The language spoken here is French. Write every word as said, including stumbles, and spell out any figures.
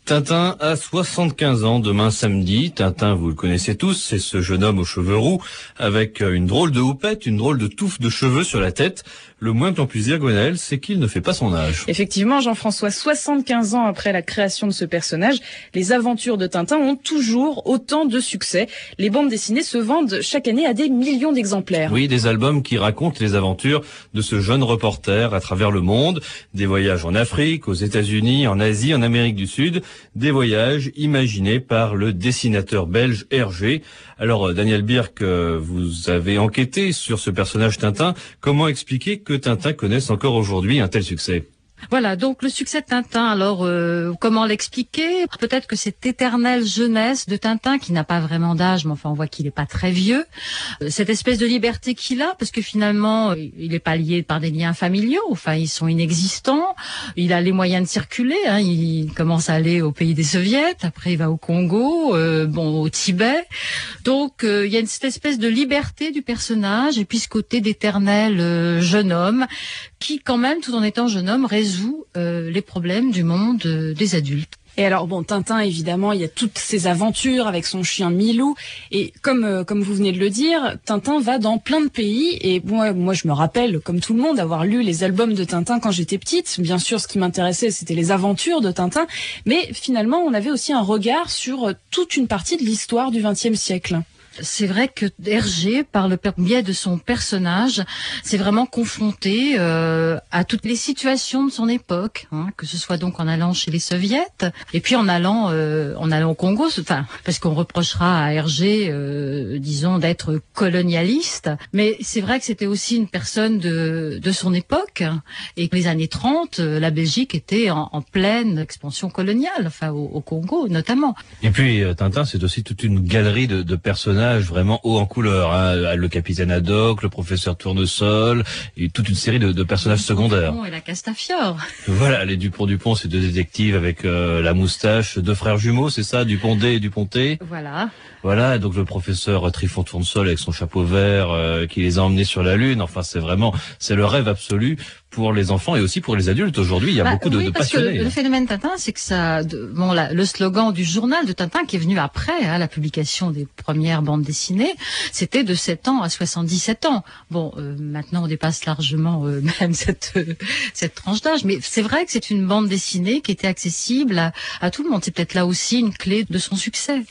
Tintin a soixante-quinze ans demain samedi. Tintin, vous le connaissez tous, c'est ce jeune homme aux cheveux roux avec une drôle de houppette, une drôle de touffe de cheveux sur la tête. Le moins que l'on puisse dire, Gwenaëlle, c'est qu'il ne fait pas son âge. Effectivement, Jean-François, soixante-quinze ans après la création de ce personnage, les aventures de Tintin ont toujours autant de succès. Les bandes dessinées se vendent chaque année à des millions d'exemplaires. Oui, des albums qui racontent les aventures de ce jeune reporter à travers le monde. Des voyages en Afrique, aux États-Unis, en Asie, en Amérique du Sud. Des voyages imaginés par le dessinateur belge Hergé. Alors, Daniel Birk, vous avez enquêté sur ce personnage Tintin. Comment expliquer que Tintin connaisse encore aujourd'hui un tel succès ? Voilà, donc le succès de Tintin, alors euh, comment l'expliquer ? Peut-être que cette éternelle jeunesse de Tintin, qui n'a pas vraiment d'âge, mais enfin on voit qu'il n'est pas très vieux, euh, cette espèce de liberté qu'il a, parce que finalement il n'est pas lié par des liens familiaux, enfin ils sont inexistants, il a les moyens de circuler, hein, il commence à aller au pays des soviets, après il va au Congo, euh, bon au Tibet, donc euh, il y a cette espèce de liberté du personnage, et puis ce côté d'éternel euh, jeune homme, qui quand même, tout en étant jeune homme, résout euh, les problèmes du monde euh, des adultes. Et alors bon, Tintin, évidemment, il y a toutes ses aventures avec son chien Milou. Et comme euh, comme vous venez de le dire, Tintin va dans plein de pays. Et moi, moi, je me rappelle, comme tout le monde, avoir lu les albums de Tintin quand j'étais petite. Bien sûr, ce qui m'intéressait, c'était les aventures de Tintin. Mais finalement, on avait aussi un regard sur toute une partie de l'histoire du vingtième siècle. C'est vrai que Hergé, par le biais de son personnage, s'est vraiment confronté euh, à toutes les situations de son époque, hein, que ce soit donc en allant chez les soviets, et puis en allant euh, en allant au Congo, enfin parce qu'on reprochera à Hergé, euh, disons, d'être colonialiste, mais c'est vrai que c'était aussi une personne de de son époque, et que les années trente, la Belgique était en, en pleine expansion coloniale, enfin au, au Congo notamment. Et puis Tintin, c'est aussi toute une galerie de, de personnages vraiment haut en couleur, hein. Le capitaine Haddock, le professeur Tournesol, et toute une série de, de personnages secondaires. Et la Castafiore. Voilà, les Dupont-Dupont, ces deux détectives avec euh, la moustache, deux frères jumeaux, c'est ça, Dupont-D et Dupont-T. Voilà. Voilà, et donc le professeur Trifon Tournesol avec son chapeau vert euh, qui les a emmenés sur la Lune. Enfin, c'est vraiment, c'est le rêve absolu pour les enfants et aussi pour les adultes. Aujourd'hui, il y a bah, beaucoup de, oui, de parce passionnés. Que le, le phénomène Tintin, c'est que ça, de, bon, la, le slogan du journal de Tintin qui est venu après hein, la publication des premières bandes dessinées, c'était de sept ans à soixante-dix-sept ans. Bon, euh, maintenant on dépasse largement euh, même cette euh, cette tranche d'âge, mais c'est vrai que c'est une bande dessinée qui était accessible à, à tout le monde. C'est peut-être là aussi une clé de son succès.